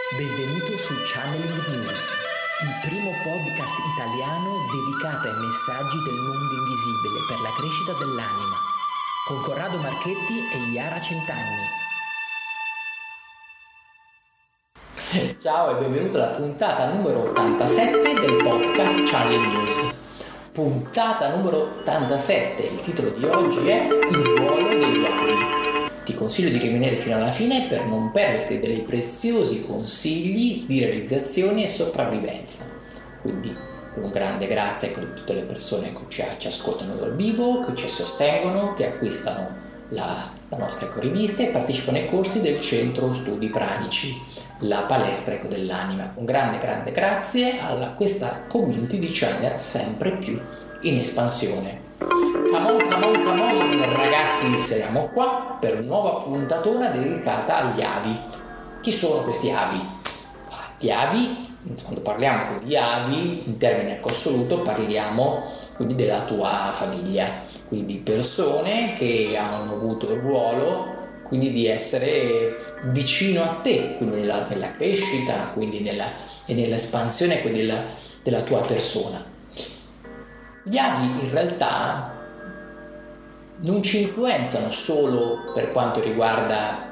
Benvenuto su Channeling News, il primo podcast italiano dedicato ai messaggi del mondo invisibile per la crescita dell'anima, con Corrado Marchetti e Iara Centanni. Ciao e benvenuto alla puntata numero 87 del podcast Channeling News. Puntata numero 87, il titolo di oggi è Il ruolo degli avi. Ti consiglio di rimanere fino alla fine per non perderti dei preziosi consigli di realizzazione e sopravvivenza. Quindi un grande grazie a tutte le persone che ci ascoltano dal vivo, che ci sostengono, che acquistano la nostra rivista e partecipano ai corsi del Centro Studi Pranici, la palestra dell'anima. Un grande grazie a questa community di channel sempre più in espansione. Come on ragazzi, siamo qua per una nuova puntatona dedicata agli avi. Chi sono questi avi? Gli avi, quando parliamo di avi in termini assoluto, parliamo quindi della tua famiglia, quindi di persone che hanno avuto il ruolo quindi di essere vicino a te, quindi nella crescita, quindi nell'espansione della tua persona. Gli avi in realtà non ci influenzano solo per quanto riguarda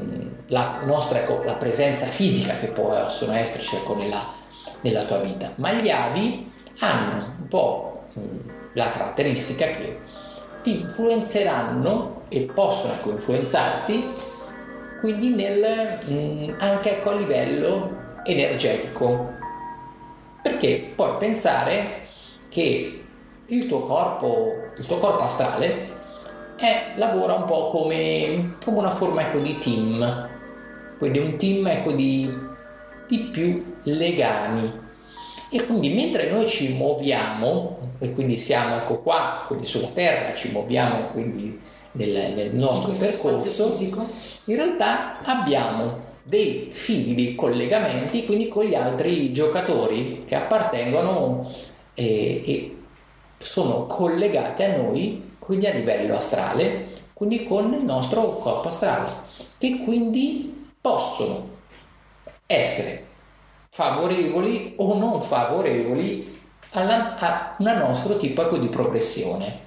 la presenza fisica che possono esserci nella tua vita, ma gli avi hanno un po' la caratteristica che ti influenzeranno e possono influenzarti quindi anche a livello energetico, perché puoi pensare che il tuo corpo astrale lavora un po' come una forma di team, quindi un team di più legami. E quindi mentre noi ci muoviamo e quindi siamo qua, quindi sulla terra, ci muoviamo quindi nel nostro percorso fisico, in realtà abbiamo dei fili di collegamenti quindi con gli altri giocatori che appartengono e sono collegati a noi quindi a livello astrale, quindi con il nostro corpo astrale, che quindi possono essere favorevoli o non favorevoli a un nostro tipo di progressione.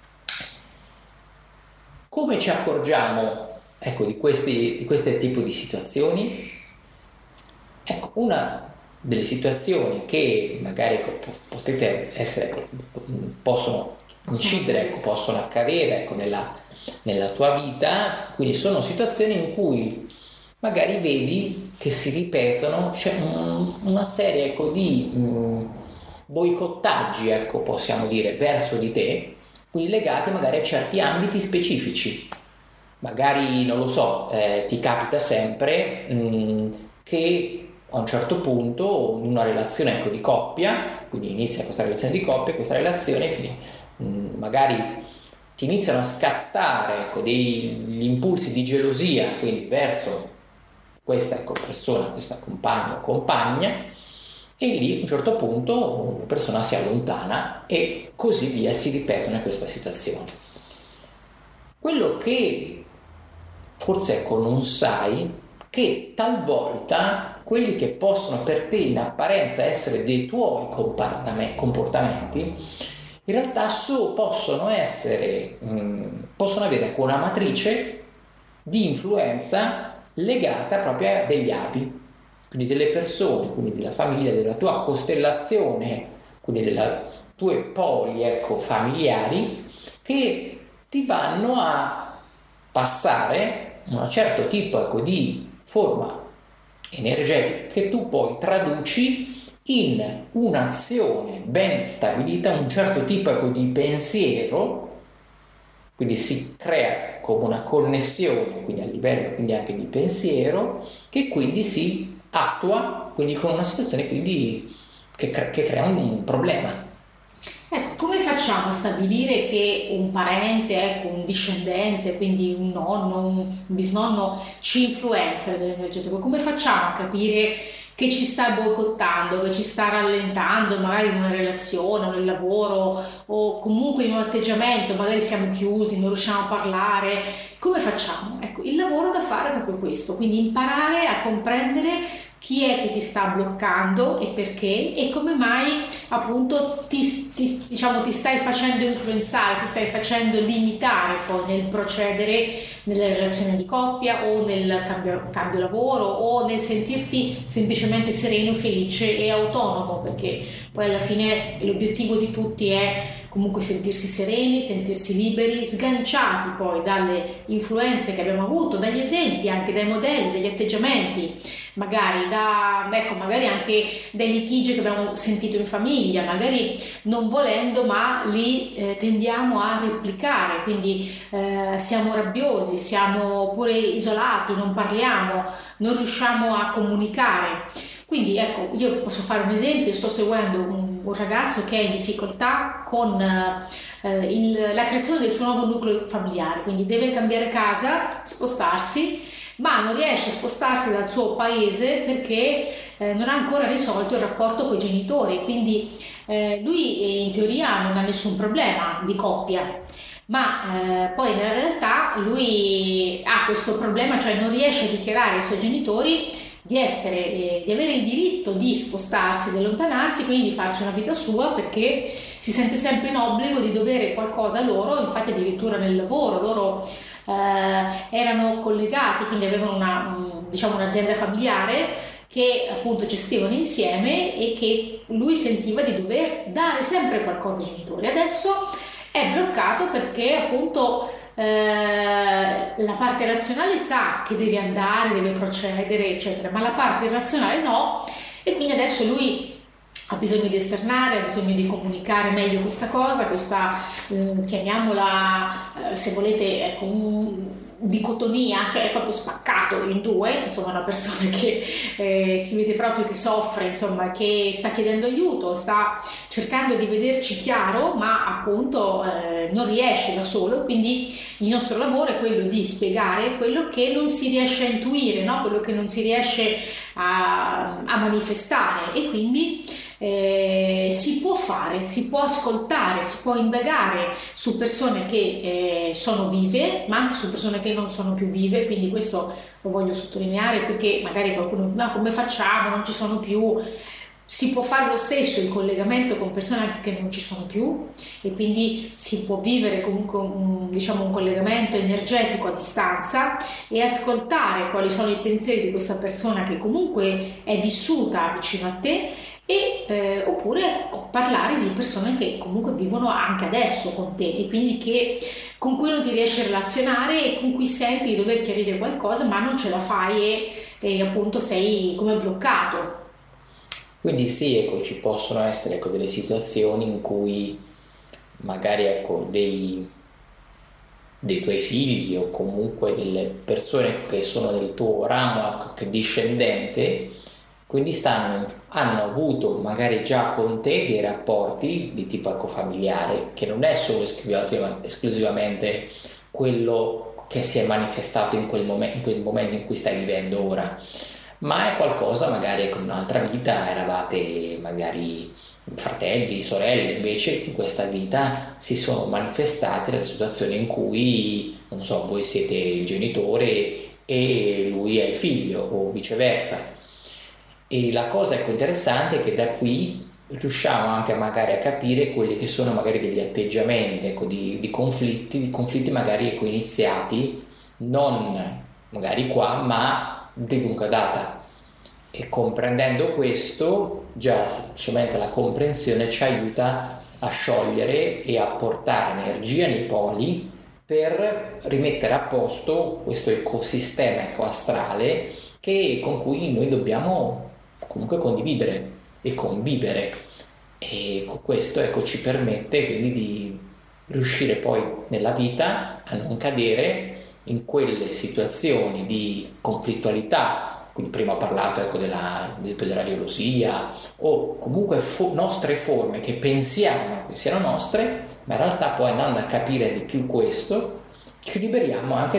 Come ci accorgiamo di questi tipi di situazioni? Una delle situazioni che magari possono incidere, possono accadere nella tua vita, quindi sono situazioni in cui magari vedi che si ripetono, c'è una serie di boicottaggi, possiamo dire, verso di te, quindi legati magari a certi ambiti specifici. Magari, non lo so, ti capita sempre che a un certo punto in una relazione di coppia, quindi inizia questa relazione di coppia, questa relazione magari ti iniziano a scattare degli impulsi di gelosia, quindi verso questa persona, questa compagno o compagna, e lì a un certo punto la persona si allontana e così via, si ripetono questa situazione. Quello che forse non sai, che talvolta quelli che possono per te in apparenza essere dei tuoi comportamenti in realtà possono avere una matrice di influenza legata proprio a degli avi, quindi delle persone, quindi della famiglia, della tua costellazione, quindi delle tue poli familiari, che ti vanno a passare un certo tipo di forma energetica che tu poi traduci in un'azione ben stabilita, un certo tipo di pensiero, quindi si crea come una connessione quindi a livello quindi anche di pensiero, che quindi si attua quindi con una situazione quindi che crea un problema. Come facciamo a stabilire che un parente, un discendente, quindi un nonno, un bisnonno ci influenza a livello energetico? Come facciamo a capire che ci sta boicottando, che ci sta rallentando magari in una relazione o nel lavoro o comunque in un atteggiamento, magari siamo chiusi, non riusciamo a parlare? Come facciamo? Il lavoro da fare è proprio questo, quindi imparare a comprendere chi è che ti sta bloccando e perché, e come mai appunto ti stai facendo influenzare, ti stai facendo limitare poi nel procedere nelle relazioni di coppia o nel cambio lavoro o nel sentirti semplicemente sereno, felice e autonomo, perché poi alla fine l'obiettivo di tutti è comunque sentirsi sereni, sentirsi liberi, sganciati poi dalle influenze che abbiamo avuto, dagli esempi, anche dai modelli, dagli atteggiamenti, magari anche dai litigi che abbiamo sentito in famiglia, magari non volendo, ma li tendiamo a replicare, quindi siamo rabbiosi, siamo pure isolati, non parliamo, non riusciamo a comunicare. Quindi ecco, io posso fare un esempio: sto seguendo un ragazzo che è in difficoltà con la creazione del suo nuovo nucleo familiare, quindi deve cambiare casa, spostarsi, ma non riesce a spostarsi dal suo paese perché non ha ancora risolto il rapporto con i genitori, quindi lui in teoria non ha nessun problema di coppia, ma poi nella realtà lui ha questo problema, cioè non riesce a dichiarare ai suoi genitori di avere il diritto di spostarsi, di allontanarsi, quindi di farsi una vita sua, perché si sente sempre in obbligo di dovere qualcosa a loro. Infatti addirittura nel lavoro loro erano collegati, quindi avevano un'azienda familiare che appunto gestivano insieme e che lui sentiva di dover dare sempre qualcosa ai genitori. Adesso è bloccato perché appunto la parte razionale sa che deve andare, deve procedere, eccetera, ma la parte irrazionale no, e quindi adesso lui ha bisogno di esternare, ha bisogno di comunicare meglio questa cosa, chiamiamola se volete, ecco, dicotomia, cioè è proprio spaccato in due, insomma una persona che si vede proprio che soffre, insomma, che sta chiedendo aiuto, sta cercando di vederci chiaro, ma appunto non riesce da solo. Quindi il nostro lavoro è quello di spiegare quello che non si riesce a intuire, no? Quello che non si riesce a manifestare, e quindi si può fare, si può ascoltare, si può indagare su persone che sono vive, ma anche su persone che non sono più vive. Quindi questo lo voglio sottolineare, perché magari qualcuno dice: ma come facciamo, non ci sono più. Si può fare lo stesso il collegamento con persone anche che non ci sono più, e quindi si può vivere comunque un collegamento energetico a distanza e ascoltare quali sono i pensieri di questa persona che comunque è vissuta vicino a te, e oppure parlare di persone che comunque vivono anche adesso con te, e quindi con cui non ti riesci a relazionare e con cui senti di dover chiarire qualcosa ma non ce la fai, e appunto sei come bloccato. Quindi sì, ecco, ci possono essere delle situazioni in cui magari dei tuoi figli o comunque delle persone che sono del tuo ramo discendente, quindi hanno avuto magari già con te dei rapporti di tipo familiare, che non è solo esclusivamente quello che si è manifestato in quel momento in cui stai vivendo ora, ma è qualcosa magari con un'altra vita eravate magari fratelli, sorelle, invece in questa vita si sono manifestate le situazioni in cui, non so, voi siete il genitore e lui è il figlio o viceversa. E la cosa interessante è che da qui riusciamo anche magari a capire quelli che sono magari degli atteggiamenti di conflitti magari iniziati non magari qua, ma di lunga data. E comprendendo questo, già semplicemente la comprensione ci aiuta a sciogliere e a portare energia nei poli per rimettere a posto questo ecosistema astrale con cui noi dobbiamo comunque condividere e convivere, e questo ci permette quindi di riuscire poi nella vita a non cadere in quelle situazioni di conflittualità. Quindi prima ho parlato della gelosia o comunque nostre forme che pensiamo che siano nostre, ma in realtà poi andando a capire di più questo ci liberiamo anche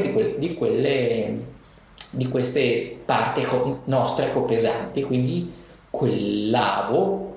di queste parti nostre pesanti. Quindi quel lavo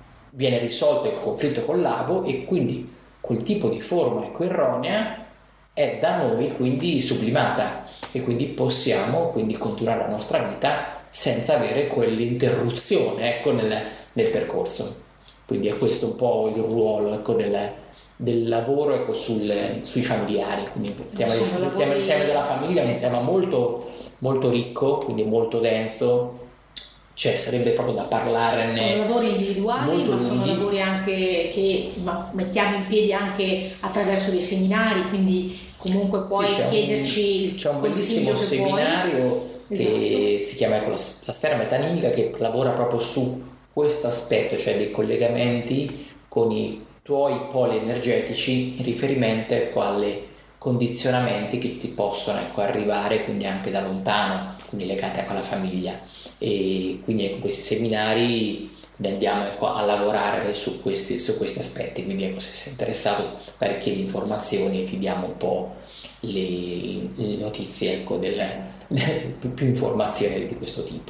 viene risolto, il conflitto col lavo, e quindi quel tipo di forma erronea è da noi quindi sublimata e quindi possiamo quindi continuare la nostra vita senza avere quell'interruzione, ecco, nel percorso. Quindi è questo un po' il ruolo, ecco, del lavoro, ecco, sui familiari. Quindi il tema della famiglia è un tema molto, molto ricco, quindi molto denso. Cioè sarebbe proprio da parlarne. Sono lavori individuali, ma sono lavori anche che mettiamo in piedi anche attraverso dei seminari, quindi comunque puoi chiederci. C'è un bellissimo seminario che si chiama, ecco, la sfera metanimica, che lavora proprio su questo aspetto, cioè dei collegamenti con i tuoi poli energetici in riferimento, ecco, alle condizionamenti che ti possono, ecco, arrivare quindi anche da lontano, quindi legati, ecco, alla famiglia. E quindi con questi seminari andiamo, ecco, a lavorare su questi aspetti. Quindi, ecco, se sei interessato, magari chiedi informazioni e ti diamo un po' le notizie, ecco, più informazioni di questo tipo.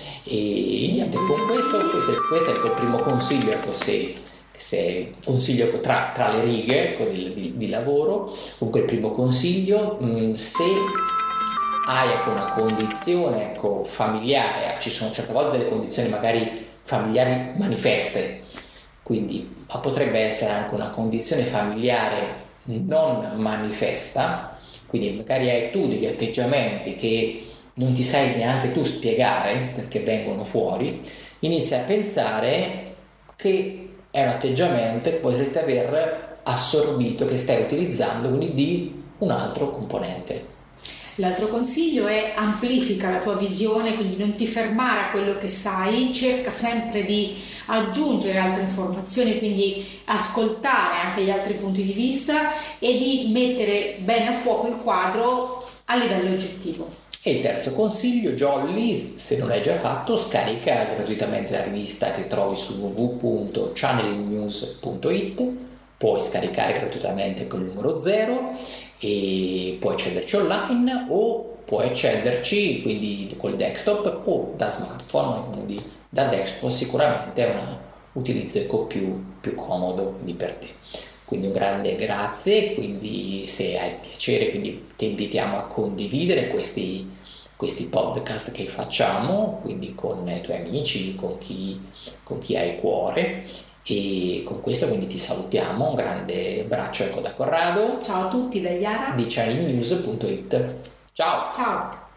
E niente, con questo è il primo consiglio, ecco, se consiglio tra le righe, ecco, di lavoro. Comunque il primo consiglio, se hai, ecco, una condizione, ecco, familiare, ci sono certe volte delle condizioni magari familiari manifeste, quindi ma potrebbe essere anche una condizione familiare non manifesta, quindi magari hai tu degli atteggiamenti che non ti sai neanche tu spiegare perché vengono fuori, inizia a pensare che è un atteggiamento che potresti aver assorbito, che stai utilizzando quindi di un altro componente. L'altro consiglio è: amplifica la tua visione, quindi non ti fermare a quello che sai, cerca sempre di aggiungere altre informazioni, quindi ascoltare anche gli altri punti di vista e di mettere bene a fuoco il quadro a livello oggettivo. E il terzo consiglio, jolly, se non l'hai già fatto, scarica gratuitamente la rivista che trovi su www.channelingnews.it. Puoi scaricare gratuitamente col numero 0 e puoi accederci online o puoi accederci quindi col desktop o da smartphone, quindi da desktop sicuramente è un utilizzo, ecco, più comodo quindi per te. Quindi un grande grazie, quindi se hai piacere quindi ti invitiamo a condividere questi podcast che facciamo quindi con i tuoi amici, con chi hai cuore. E con questo quindi ti salutiamo, un grande abbraccio, ecco, da Corrado. Ciao a tutti da Iara di channelingnews.it. Ciao! Ciao!